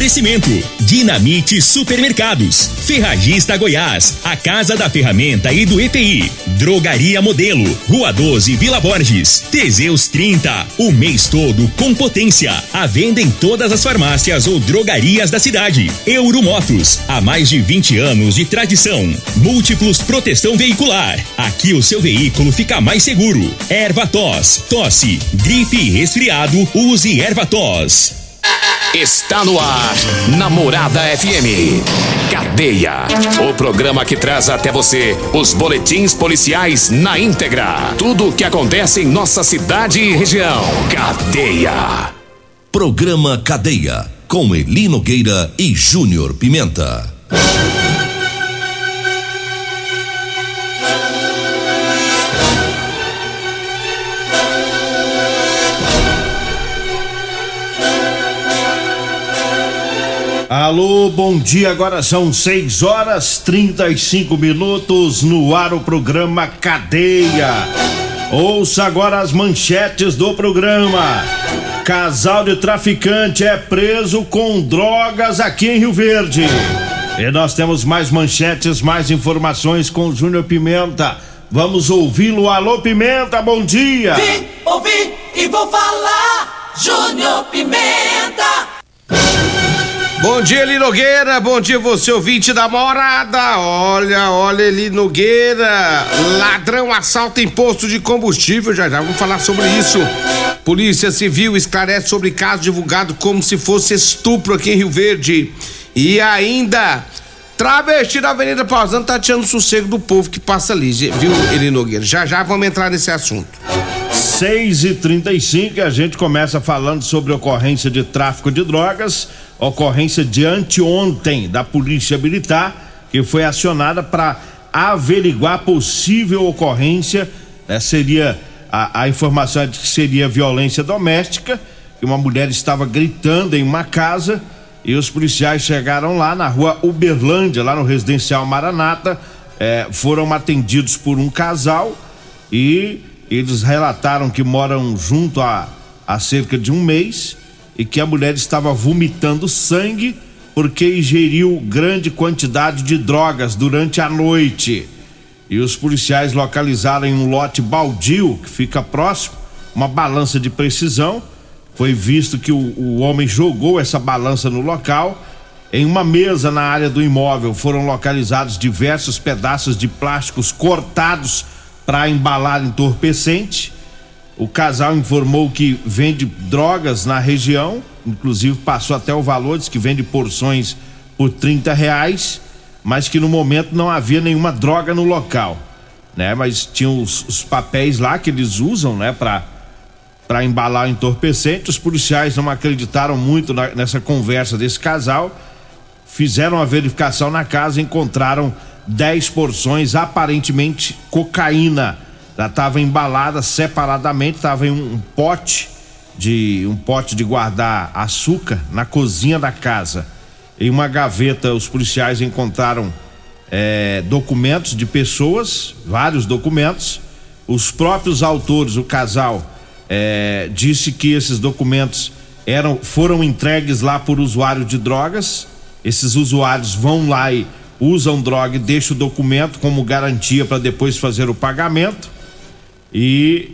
Oferecimento: Dinamite Supermercados, Ferragista Goiás, a Casa da Ferramenta e do EPI, Drogaria Modelo, Rua 12, Vila Borges, Teseus 30, o mês todo com potência. À venda em todas as farmácias ou drogarias da cidade. Euromotos, há mais de 20 anos de tradição. Múltiplos Proteção Veicular, aqui o seu veículo fica mais seguro. Ervatos, tosse, gripe e resfriado, use Ervatos. Está no ar, Namorada FM. Cadeia, o programa que traz até você os boletins policiais na íntegra. Tudo o que acontece em nossa cidade e região. Cadeia. Programa Cadeia, com Eli Nogueira e Júnior Pimenta. Alô, bom dia, agora são 6h35 no ar o programa Cadeia. Ouça agora as manchetes do programa. Casal de traficante é preso com drogas aqui em Rio Verde. E nós temos mais manchetes, mais informações com o Júnior Pimenta. Vamos ouvi-lo. Alô, Pimenta, bom dia. Vim, ouvi e vou falar. Júnior Pimenta. Bom dia, Eli Nogueira, bom dia você ouvinte da Morada. Olha, Eli Nogueira, ladrão assalta em posto de combustível, já vamos falar sobre isso. Polícia Civil esclarece sobre caso divulgado como se fosse estupro aqui em Rio Verde. E ainda, travesti da Avenida Pausano tá tirando o sossego do povo que passa ali, viu, Eli Nogueira? Já vamos entrar nesse assunto. 6h35, a gente começa falando sobre ocorrência de tráfico de drogas. Ocorrência de anteontem da Polícia Militar, que foi acionada para averiguar possível ocorrência, seria a informação é de que seria violência doméstica, que uma mulher estava gritando em uma casa e os policiais chegaram lá na rua Uberlândia, lá no residencial Maranata, foram atendidos por um casal e eles relataram que moram junto há cerca de um mês e que a mulher estava vomitando sangue porque ingeriu grande quantidade de drogas durante a noite. E os policiais localizaram em um lote baldio que fica próximo uma balança de precisão. Foi visto que o homem jogou essa balança no local. Em uma mesa na área do imóvel foram localizados diversos pedaços de plásticos cortados para embalar entorpecente. O casal informou que vende drogas na região, inclusive passou até o valor, diz que vende porções por R$30, mas que no momento não havia nenhuma droga no local, né? Mas tinham os papéis lá que eles usam, né, para embalar o entorpecente. Os policiais não acreditaram muito nessa conversa desse casal, fizeram a verificação na casa e encontraram 10 porções, aparentemente cocaína. Ela estava embalada separadamente, estava em um pote de guardar açúcar na cozinha da casa. Em uma gaveta, os policiais encontraram documentos de pessoas, vários documentos. Os próprios autores, o casal, disse que esses documentos foram entregues lá por usuário de drogas. Esses usuários vão lá e usam droga e deixam o documento como garantia para depois fazer o pagamento. E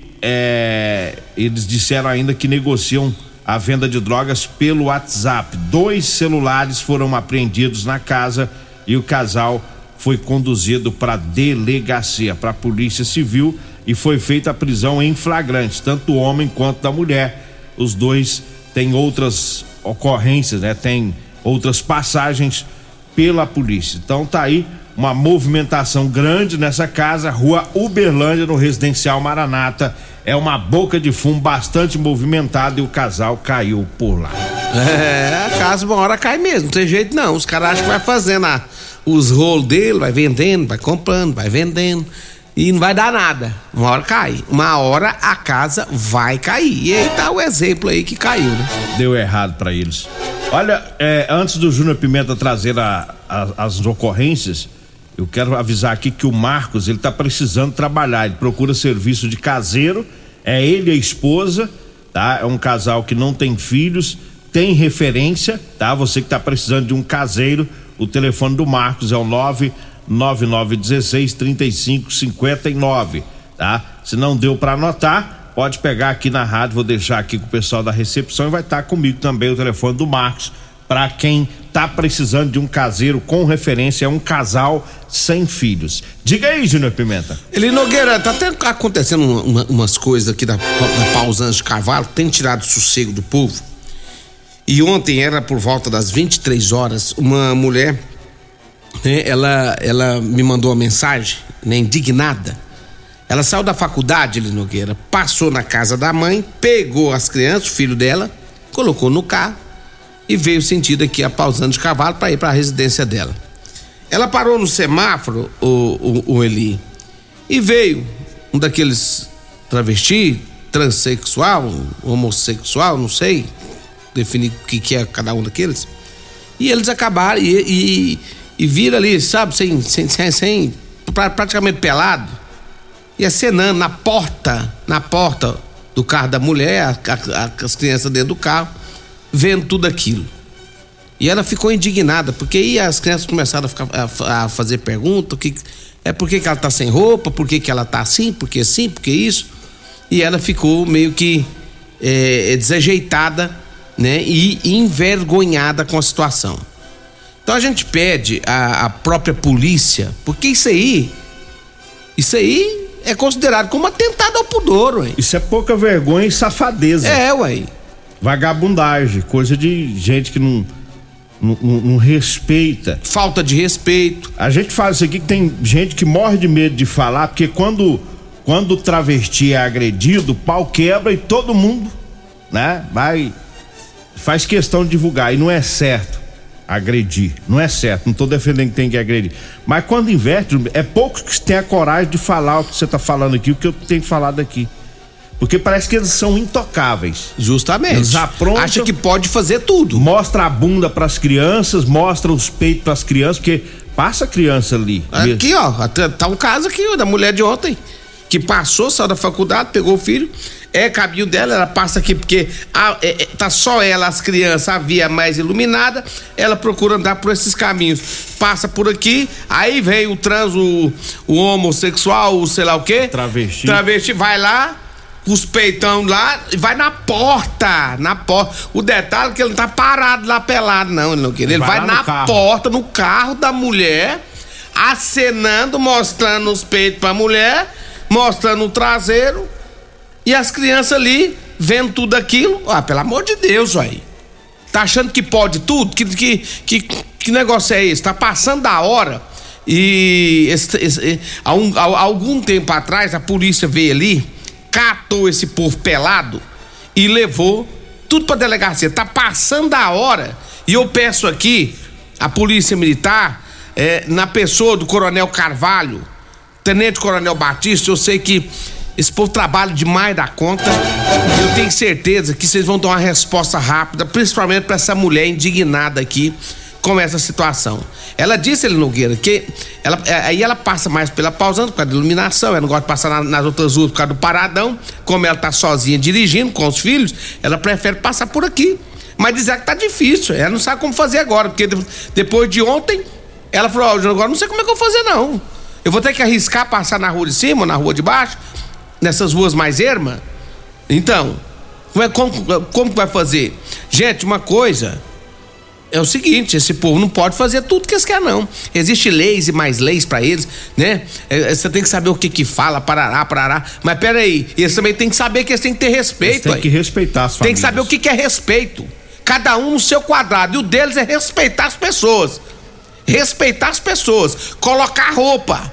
eles disseram ainda que negociam a venda de drogas pelo WhatsApp. 2 celulares foram apreendidos na casa e o casal foi conduzido para a delegacia, para a Polícia Civil, e foi feita a prisão em flagrante, tanto o homem quanto da mulher. Os dois têm outras ocorrências, né? Tem outras passagens pela polícia. Então tá aí uma movimentação grande nessa casa, rua Uberlândia, no residencial Maranata. É uma boca de fumo bastante movimentada e o casal caiu por lá. A casa uma hora cai mesmo, não tem jeito não. Os caras acham que vai fazendo os rolos dele, vai vendendo, vai comprando, vai vendendo e não vai dar nada. Uma hora cai, uma hora a casa vai cair. E aí tá o exemplo aí que caiu, né? Deu errado pra eles. Olha, antes do Júnior Pimenta trazer as ocorrências, eu quero avisar aqui que o Marcos, ele tá precisando trabalhar, ele procura serviço de caseiro, ele e a esposa, tá? É um casal que não tem filhos, tem referência, tá? Você que tá precisando de um caseiro, o telefone do Marcos é o 99916-3559, tá? Se não deu para anotar, pode pegar aqui na rádio, vou deixar aqui com o pessoal da recepção e vai estar comigo também o telefone do Marcos, para quem tá precisando de um caseiro com referência, é um casal sem filhos. Diga aí, Júnior Pimenta. Eli Nogueira, tá até acontecendo umas coisas aqui da Pausanias de Carvalho, tem tirado o sossego do povo. E ontem era por volta das 23 horas, uma mulher, né, ela me mandou uma mensagem, né, indignada. Ela saiu da faculdade, Eli Nogueira, passou na casa da mãe, pegou as crianças, o filho dela, colocou no carro e veio sentido aqui a Pausanias de Carvalho para ir para a residência dela. Ela parou no semáforo, o Eli, e veio um daqueles travesti, transexual, homossexual, não sei definir o que é cada um daqueles, e eles acabaram e viram ali, sabe, sem praticamente pelado, e acenando na porta do carro da mulher, as crianças dentro do carro, vendo tudo aquilo. E ela ficou indignada, porque aí as crianças começaram a fazer perguntas, por que ela tá sem roupa, por que ela tá assim, por que isso, e ela ficou meio que desajeitada, né, e envergonhada com a situação. Então a gente pede à própria polícia, porque isso aí é considerado como atentado ao pudor, ué. Isso é pouca vergonha e safadeza. Ué. Vagabundagem, coisa de gente que não respeita. Falta de respeito. A gente fala isso aqui que tem gente que morre de medo de falar, porque quando o travesti é agredido, o pau quebra e todo mundo, né, faz questão de divulgar, e não é certo agredir, não é certo, não tô defendendo que tem que agredir, mas quando inverte, é poucos que têm a coragem de falar o que você tá falando aqui, o que eu tenho falado aqui, porque parece que eles são intocáveis. Justamente. Eles aprontam, acha que pode fazer tudo. Mostra a bunda pras crianças, mostra os peitos pras crianças, porque passa a criança ali. Aqui, ó, tá um caso aqui, ó, da mulher de ontem, que passou, saiu da faculdade, pegou o filho, caminho dela, ela passa aqui porque tá só ela, as crianças, a via mais iluminada, ela procura andar por esses caminhos, passa por aqui, aí vem o trans, o homossexual, o sei lá o quê, travesti, vai lá, os peitão lá, e vai na porta, o detalhe é que ele não tá parado lá pelado não, ele vai na porta, no carro da mulher, acenando, mostrando os peitos pra mulher, mostrando o traseiro, e as crianças ali, vendo tudo aquilo, pelo amor de Deus, aí. Tá achando que pode tudo? Que negócio é esse? Tá passando da hora. E há algum tempo atrás, a polícia veio ali, catou esse povo pelado e levou tudo pra delegacia. Tá passando da hora. E eu peço aqui, a polícia militar, na pessoa do Coronel Carvalho, Tenente Coronel Batista, eu sei que esse povo trabalha demais da conta. Eu tenho certeza que vocês vão dar uma resposta rápida, principalmente para essa mulher indignada aqui com essa situação. Ela disse, Eli Nogueira, que ela passa mais pela Pausanias por causa da iluminação, ela não gosta de passar nas outras ruas por causa do paradão. Como ela tá sozinha dirigindo com os filhos, ela prefere passar por aqui. Mas dizer que tá difícil, ela não sabe como fazer agora, porque depois de ontem, ela falou, agora não sei como é que eu vou fazer não. Eu vou ter que arriscar passar na rua de cima ou na rua de baixo, nessas ruas mais ermas. Então, como que vai fazer? Gente, uma coisa é o seguinte, esse povo não pode fazer tudo que eles querem não. Existem leis e mais leis pra eles, né? Você tem que saber o que fala, parará. Mas peraí, eles também tem que saber que eles têm que ter respeito. Eles têm que respeitar as famílias. Tem que saber o que é respeito. Cada um no seu quadrado. E o deles é respeitar as pessoas. Respeitar as pessoas. Colocar roupa.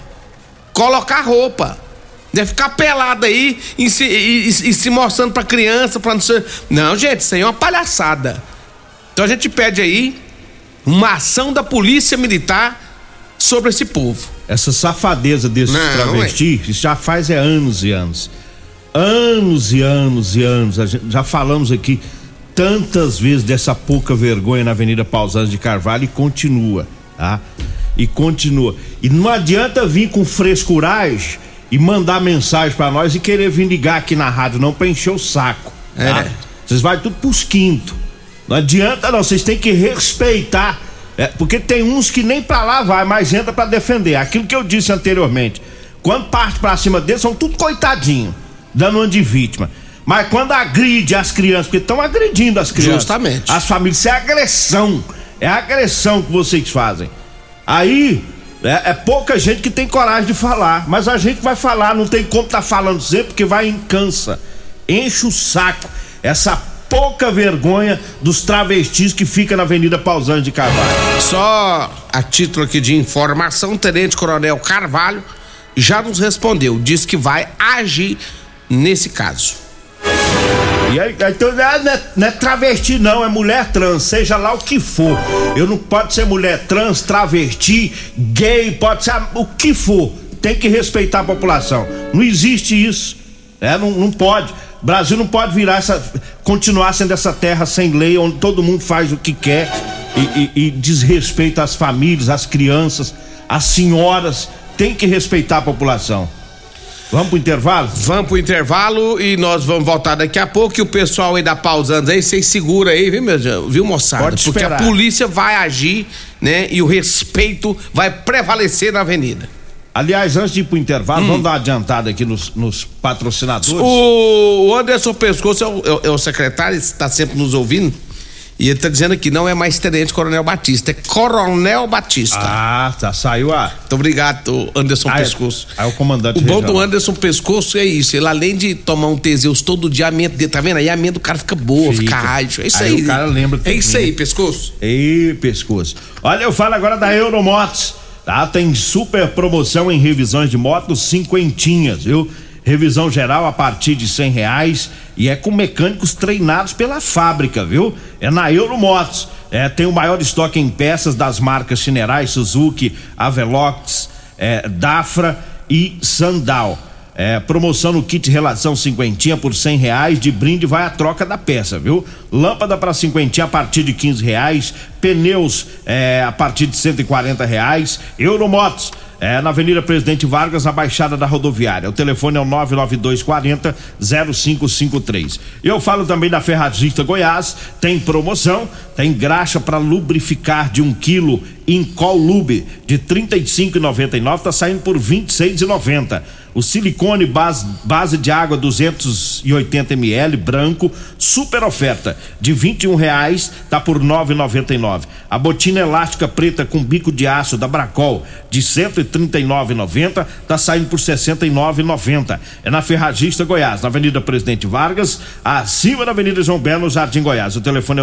Deve ficar pelado aí e se mostrando pra criança, pra não ser... Não, gente, isso aí é uma palhaçada. Então a gente pede aí uma ação da polícia militar sobre esse povo. Essa safadeza desses travestis, isso já faz anos e anos. Anos e anos e anos. A gente já falamos aqui tantas vezes dessa pouca vergonha na Avenida Pausanias de Carvalho e continua, tá? E continua. E não adianta vir com frescuragem e mandar mensagem pra nós e querer vir ligar aqui na rádio não pra encher o saco, tá? Vocês vai tudo pros quintos. Não adianta não, vocês têm que respeitar, porque tem uns que nem pra lá vai, mas entra pra defender. Aquilo que eu disse anteriormente, quando parte pra cima deles, são tudo coitadinho, dando uma de vítima. Mas quando agride as crianças, porque estão agredindo as crianças, justamente, as famílias, isso é agressão que vocês fazem. Aí é pouca gente que tem coragem de falar, mas a gente vai falar, não tem como tá falando sempre, porque vai cansa, enche o saco essa pouca vergonha dos travestis que fica na Avenida Pausanias de Carvalho. Só a título aqui de informação, o Tenente Coronel Carvalho já nos respondeu, diz que vai agir nesse caso. E aí, então não é travesti não, é mulher trans, seja lá o que for. Eu não pode ser mulher trans, travesti, gay, pode ser o que for. Tem que respeitar a população. Não existe isso. Não pode. O Brasil não pode continuar sendo essa terra sem lei, onde todo mundo faz o que quer e desrespeita as famílias, as crianças, as senhoras. Tem que respeitar a população. Vamos pro intervalo? Vamos pro intervalo e nós vamos voltar daqui a pouco. E o pessoal aí da Pausanias aí, vocês segura aí, viu, moçada? Pode esperar. Porque a polícia vai agir, né? E o respeito vai prevalecer na avenida. Aliás, antes de ir pro intervalo, vamos dar uma adiantada aqui nos patrocinadores. O Anderson Pescoço é o secretário, está sempre nos ouvindo. E ele tá dizendo aqui, não é mais Tenente Coronel Batista, é Coronel Batista. Ah, tá, saiu a... Muito obrigado, Anderson Pescoço. Aí o comandante O bom regional do Anderson Pescoço é isso, ele além de tomar um Teseus todo dia, a mente dele, tá vendo? Aí a mente do cara fica boa, fica ágil, é isso aí. O cara lembra É isso aí, Pescoço. Ei, Pescoço. Olha, eu falo agora da Euromotos, tá? Tem super promoção em revisões de motos cinquentinhas, viu? Revisão geral a partir de R$100 e é com mecânicos treinados pela fábrica, viu? É na Euromotos. Tem o maior estoque em peças das marcas Shinerai, Suzuki, Avelox, Dafra e Sandal. Promoção no kit relação cinquentinha por R$100, de brinde vai a troca da peça, viu? Lâmpada para cinquentinha a partir de R$15, pneus a partir de R$140. Euromotos, na Avenida Presidente Vargas, na Baixada da Rodoviária. O telefone é o 99240-0553. Eu falo também da Ferragista Goiás, tem promoção, tem graxa para lubrificar de 1 quilo Incolube de R$ 35,99, tá saindo por R$ 26,90. O silicone base de água 280 ml branco, super oferta de R$21, tá por R$ 9,99. A botina elástica preta com bico de aço da Bracol de R$ 139,90, tá saindo por R$ 69,90. É na Ferragista Goiás, na Avenida Presidente Vargas, acima da Avenida João Belo, no Jardim Goiás. O telefone é o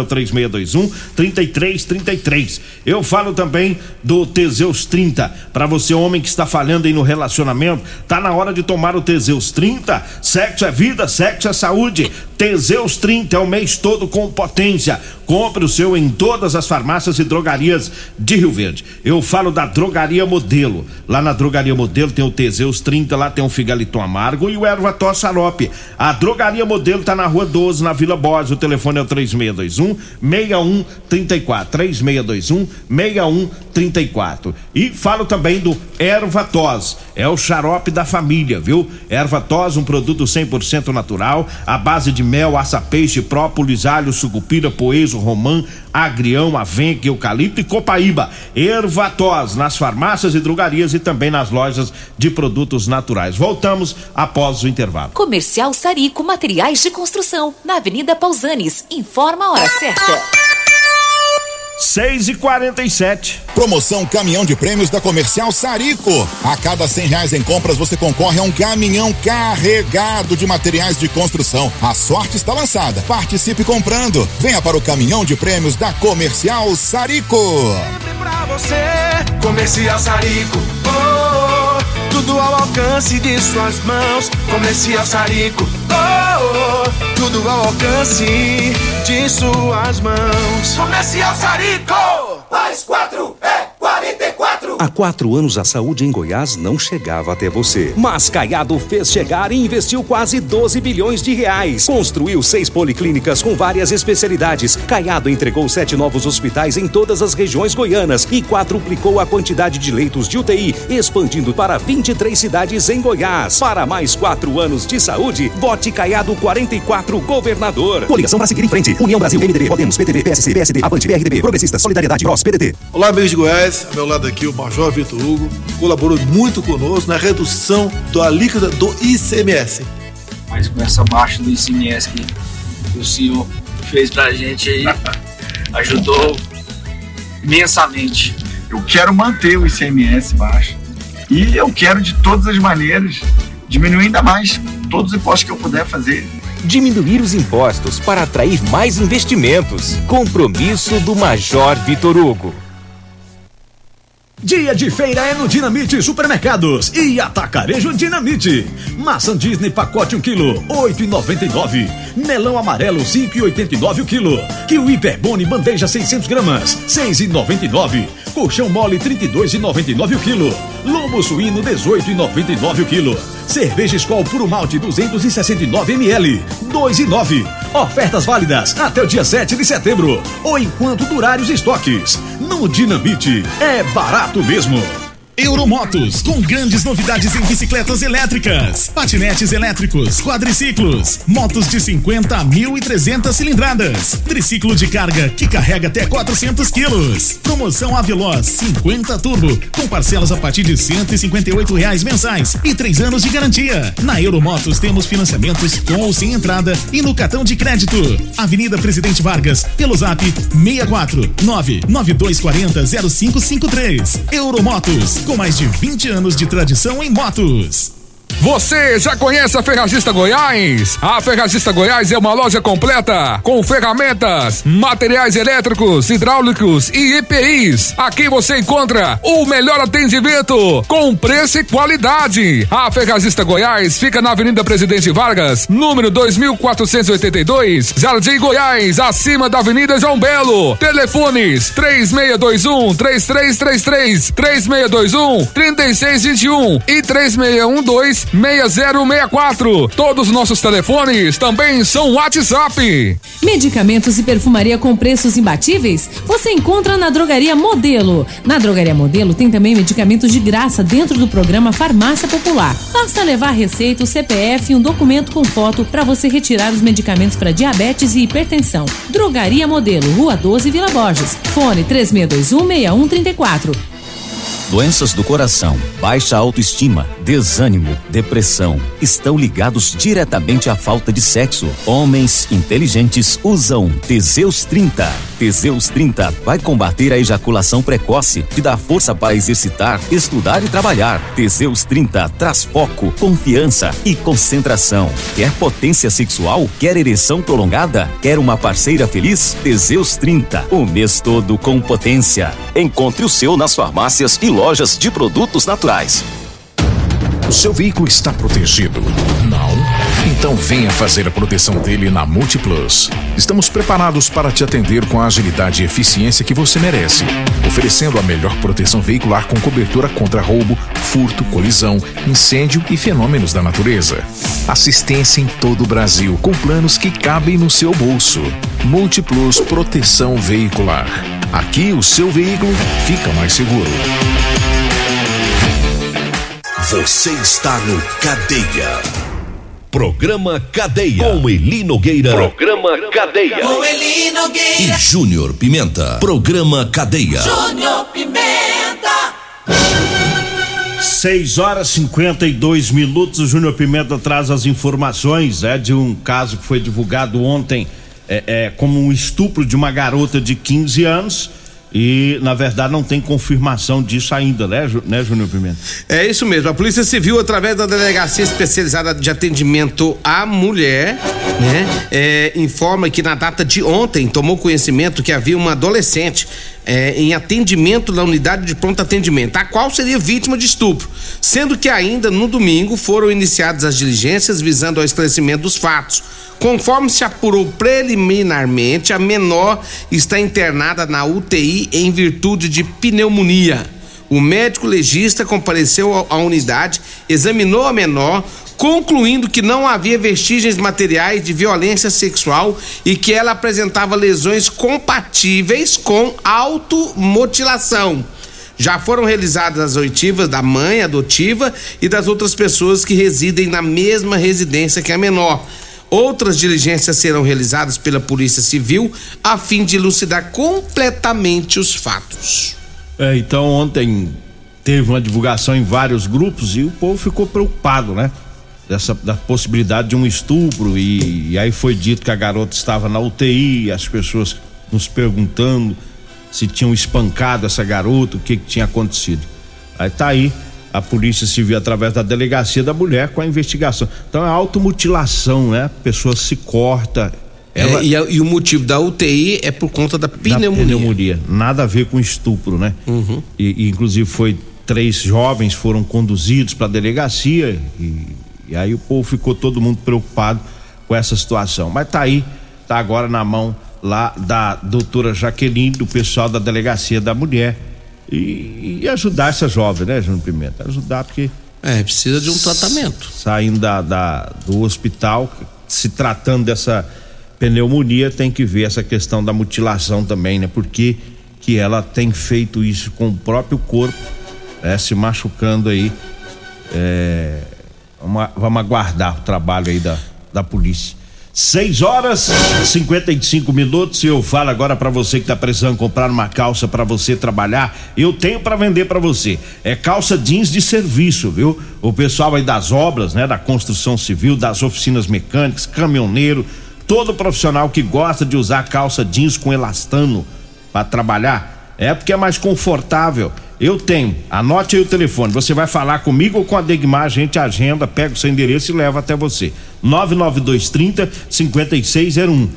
3621-3333. Eu falo também do Teseus 30, para você homem que está falhando aí no relacionamento, tá na hora de tomar o Teseus 30. Sexo é vida, sexo é saúde. Teseus 30 é o mês todo com potência. Compre o seu em todas as farmácias e drogarias de Rio Verde. Eu falo da Drogaria Modelo. Lá na Drogaria Modelo tem o Teseus 30, lá tem o Figaliton Amargo e o Ervatos Xarope. A Drogaria Modelo tá na Rua 12, na Vila Borges. O telefone é o 3621-6134. 3621-6134. E falo também do Ervatos. É o xarope da família, viu? Ervatos, um produto 100% natural, à base de mel, aça-peixe, própolis, alho, sucupira, poejo, romã, agrião, avenca, eucalipto e copaíba. Ervatos, nas farmácias e drogarias e também nas lojas de produtos naturais. Voltamos após o intervalo. Comercial Sarico Materiais de Construção, na Avenida Pausanias. Informa a hora certa. 6h47. Promoção Caminhão de Prêmios da Comercial Sarico. A cada R$100 em compras você concorre a um caminhão carregado de materiais de construção. A sorte está lançada. Participe comprando. Venha para o Caminhão de Prêmios da Comercial Sarico. Sempre pra você, Comercial Sarico. Oh, tudo ao alcance de suas mãos. Comercial Sarico. Oh, tudo ao alcance de suas mãos. Comercial Sarico. Mais 4 é 44. Há 4 anos a saúde em Goiás não chegava até você. Mas Caiado fez chegar e investiu quase 12 bilhões de reais. Construiu 6 policlínicas com várias especialidades. Caiado entregou 7 novos hospitais em todas as regiões goianas e quadruplicou a quantidade de leitos de UTI, expandindo para 23 cidades em Goiás. Para mais 4 anos de saúde, vote Caiado 44 governador. Coligação para seguir em frente. União Brasil, MDB, Podemos, PTB, PSC, PSD, Avante, PRDB, Progressistas, Solidariedade, PROS, PDT. Olá, amigos de Goiás. Ao meu lado aqui o Major Vitor Hugo colaborou muito conosco na redução da alíquota do ICMS. Mas com essa baixa do ICMS que o senhor fez pra gente aí, ajudou imensamente. Eu quero manter o ICMS baixo e eu quero de todas as maneiras diminuir ainda mais todos os impostos que eu puder fazer. Diminuir os impostos para atrair mais investimentos. Compromisso do Major Vitor Hugo. Dia de feira é no Dinamite Supermercados e Atacarejo Dinamite. Maçã Disney pacote 1 kg, 8,99. Melão amarelo 5,89 o quilo. Kiwi Hiperbone bandeja 600 gramas, 6,99. Colchão mole 32,99 o quilo. Lombo suíno 18,99 o quilo. Cerveja Skol Puro Malte 269 ml, 2,9. Ofertas válidas até o dia 7 de setembro ou enquanto durarem os estoques. No Dinamite é barato mesmo. Euromotos, com grandes novidades em bicicletas elétricas, patinetes elétricos, quadriciclos, motos de 50 a 1.300 cilindradas, triciclo de carga que carrega até 400 quilos. Promoção Aveloz 50 Turbo, com parcelas a partir de R$158 mensais e 3 anos de garantia. Na Euromotos temos financiamentos com ou sem entrada e no cartão de crédito. Avenida Presidente Vargas, pelo zap 64 99240 0553. Euromotos, com mais de 20 anos de tradição em motos. Você já conhece a Ferragista Goiás? A Ferragista Goiás é uma loja completa com ferramentas, materiais elétricos, hidráulicos e EPIs. Aqui você encontra o melhor atendimento com preço e qualidade. A Ferragista Goiás fica na Avenida Presidente Vargas, número 2482, Jardim Goiás, acima da Avenida João Belo. Telefones 3621-3333, 3621-3621 e 3612-6064. Todos os nossos telefones também são WhatsApp. Medicamentos e perfumaria com preços imbatíveis? Você encontra na Drogaria Modelo. Na Drogaria Modelo tem também medicamentos de graça dentro do programa Farmácia Popular. Basta levar receita, o CPF e um documento com foto para você retirar os medicamentos para diabetes e hipertensão. Drogaria Modelo, Rua 12, Vila Borges. Fone 3621-6134. Doenças do coração, baixa autoestima, desânimo, depressão estão ligados diretamente à falta de sexo. Homens inteligentes usam Teseus 30. Teseus 30 vai combater a ejaculação precoce, te dá força para exercitar, estudar e trabalhar. Teseus 30 traz foco, confiança e concentração. Quer potência sexual? Quer ereção prolongada? Quer uma parceira feliz? Teseus 30, o mês todo com potência. Encontre o seu nas farmácias e lojas de produtos naturais. O seu veículo está protegido? Não? Então venha fazer a proteção dele na Multiplus. Estamos preparados para te atender com a agilidade e eficiência que você merece, oferecendo a melhor proteção veicular com cobertura contra roubo, furto, colisão, incêndio e fenômenos da natureza. Assistência em todo o Brasil, com planos que cabem no seu bolso. Multiplus Proteção Veicular. Aqui o seu veículo fica mais seguro. Você está no Cadeia. Programa Cadeia. Com Eli Nogueira. Programa Cadeia. Com Eli Nogueira. E Júnior Pimenta. Programa Cadeia. Júnior Pimenta. 6h52. O Júnior Pimenta traz as informações de um caso que foi divulgado ontem como um estupro de uma garota de 15 anos. E, na verdade, não tem confirmação disso ainda, né, Júnior Pimenta? É isso mesmo. A Polícia Civil, através da Delegacia Especializada de Atendimento à Mulher, informa que na data de ontem tomou conhecimento que havia uma adolescente em atendimento na unidade de pronto atendimento, a qual seria vítima de estupro, sendo que ainda no domingo foram iniciadas as diligências visando ao esclarecimento dos fatos. Conforme se apurou preliminarmente, a menor está internada na UTI em virtude de pneumonia. O médico legista compareceu à unidade, examinou a menor, concluindo que não havia vestígios materiais de violência sexual e que ela apresentava lesões compatíveis com automutilação. Já foram realizadas as oitivas da mãe adotiva e das outras pessoas que residem na mesma residência que a menor. Outras diligências serão realizadas pela Polícia Civil a fim de elucidar completamente os fatos. Então ontem teve uma divulgação em vários grupos e o povo ficou preocupado, né? Da possibilidade de um estupro e aí foi dito que a garota estava na UTI, as pessoas nos perguntando se tinham espancado essa garota, o que tinha acontecido. Aí tá aí a Polícia Civil através da Delegacia da Mulher com a investigação. Então é automutilação, né? A pessoa se corta. E o motivo da UTI é por conta da pneumonia. Nada a ver com estupro, né? Uhum. E inclusive 3 jovens foram conduzidos para a delegacia e aí o povo ficou todo mundo preocupado com essa situação. Mas tá aí, tá agora na mão lá da doutora Jaqueline, do pessoal da Delegacia da Mulher e ajudar essa jovem, né, Júnior Pimenta? Ajudar porque... precisa de um tratamento. Saindo do hospital, se tratando dessa pneumonia, tem que ver essa questão da mutilação também, né? Porque que ela tem feito isso com o próprio corpo, se machucando aí. Vamos aguardar o trabalho aí da polícia. 6h55. Eu falo agora para você que tá precisando comprar uma calça para você trabalhar. Eu tenho para vender para você. É calça jeans de serviço, viu? O pessoal aí das obras, né? Da construção civil, das oficinas mecânicas, caminhoneiro, todo profissional que gosta de usar calça jeans com elastano para trabalhar, porque é mais confortável. Eu tenho, anote aí o telefone, você vai falar comigo ou com a Degmar, a gente agenda, pega o seu endereço e leva até você. 99230-5601,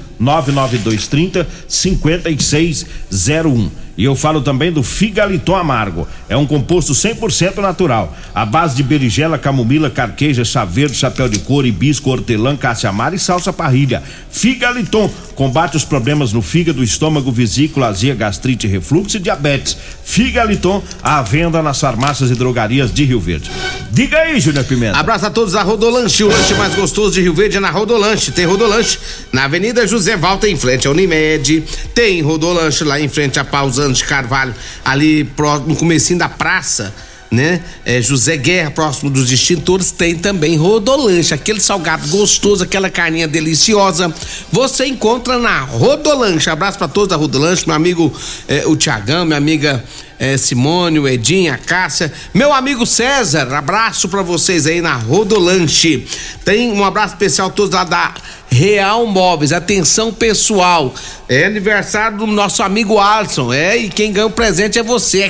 99230-5601. E eu falo também do Figaliton Amargo, é um composto 100% natural, à base de berinjela, camomila, carqueja, chá verde, chapéu de couro, hibisco, hortelã, caça-amara e salsa parrilha. Figaliton combate os problemas no fígado, estômago, vesícula, azia, gastrite, refluxo e diabetes. Figaliton à venda nas farmácias e drogarias de Rio Verde. Diga aí, Júnior Pimenta. Abraço a todos da Rodolanche, o lanche mais gostoso de Rio Verde é na Rodolanche. Tem Rodolanche na Avenida José Walter, em frente à Unimed. Tem Rodolanche lá em frente a Pausano de Carvalho, ali no comecinho da praça, né? José Guerra, próximo dos extintores. Tem também Rodolanche, aquele salgado gostoso, aquela carninha deliciosa, você encontra na Rodolanche. Abraço pra todos da Rodolanche, meu amigo o Tiagão, minha amiga Simone, o Edinho, a Cássia, meu amigo César, abraço pra vocês aí na Rodolanche. Tem um abraço especial a todos lá da Real Móveis, atenção pessoal, é aniversário do nosso amigo Alisson, e quem ganha o presente é você,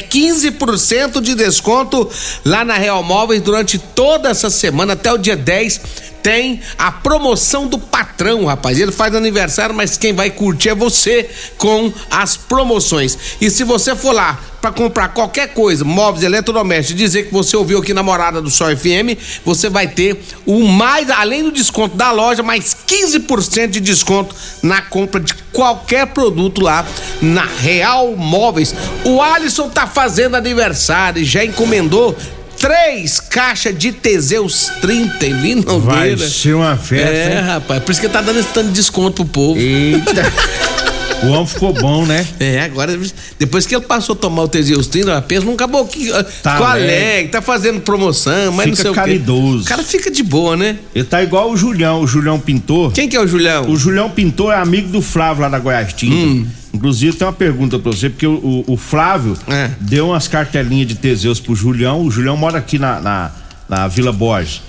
15% de desconto lá na Real Móveis durante toda essa semana, até o dia 10, tem a promoção do patrão, rapaz, ele faz aniversário, mas quem vai curtir é você com as promoções. E se você for lá para comprar qualquer coisa, móveis, eletrodomésticos, dizer que você ouviu aqui na Morada do Sol FM, você vai ter além do desconto da loja, mais 15% de desconto na compra de qualquer produto lá na Real Móveis. O Alisson tá fazendo aniversário e já encomendou 3 caixas de Teseus 30 em Linogueira. Vai ser uma festa, hein? Rapaz, por isso que ele tá dando esse tanto de desconto pro povo. Eita. O homem ficou bom, né? Agora, depois que ele passou a tomar o Teseus 30, pensa num caboclo, ficou alegre, tá fazendo promoção, mas fica não sei caridoso. O quê. O cara fica de boa, né? Ele tá igual o Julião Pintor. Quem que é o Julião? O Julião Pintor é amigo do Flávio lá da Goiás Tinta. Inclusive tem uma pergunta pra você, porque o Flávio deu umas cartelinhas de Teseus pro Julião. O Julião mora aqui na Vila Borges.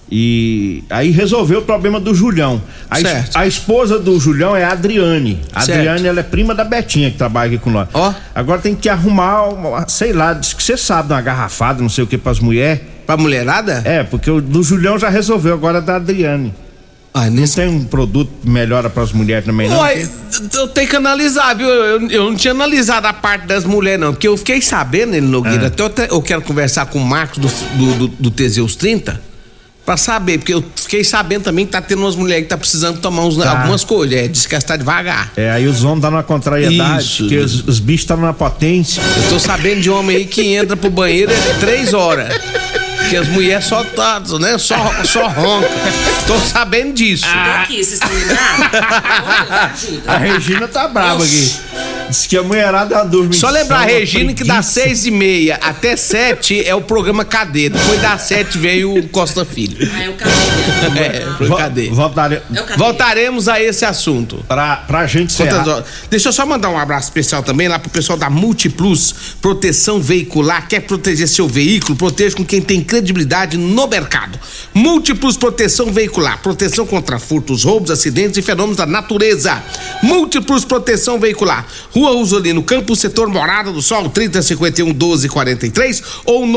E aí resolveu o problema do Julião. A esposa do Julião é a Adriane. A Adriane, ela é prima da Betinha, que trabalha aqui com nós. Agora tem que arrumar, sei lá, diz que você sabe, uma garrafada, não sei o que, pras mulheres. Pra mulherada? Porque o do Julião já resolveu, agora é da Adriane. Não tem um produto melhora pras mulheres também, não? Eu tenho que analisar, viu? Eu não tinha analisado a parte das mulheres, não, porque eu fiquei sabendo, Nogueira, até eu quero conversar com o Marcos do Teseus 30, Pra saber, porque eu fiquei sabendo também que tá tendo umas mulheres que tá precisando tomar algumas coisas. Diz que ela está devagar. Aí os homens tá numa contrariedade, porque os bichos estão numa potência. Eu tô sabendo de homem aí que entra pro banheiro 3 horas. Porque as mulheres só ronca. Tô sabendo disso. Aqui, vocês estão ligados? A Regina tá brava aqui. Diz que a mulherada dorme. Só lembrar a Regina que das 6h30 até 7 é o programa Cadê. Depois das 7 veio o Costa Filho. É o Cadê. Voltaremos a esse assunto. Pra gente encerrar. Deixa eu só mandar um abraço especial também lá pro pessoal da Multiplus Proteção Veicular. Quer proteger seu veículo? Proteja com quem tem credibilidade no mercado. Múltiplos Proteção Veicular, proteção contra furtos, roubos, acidentes e fenômenos da natureza. Múltiplos Proteção Veicular, Rua Usolino Campos, setor Morada do Sol, 3051-1243 ou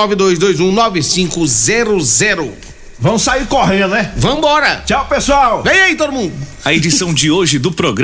99221-9500. Vamos sair correndo, né? Vambora! Tchau, pessoal! Vem aí, todo mundo! A edição de hoje do programa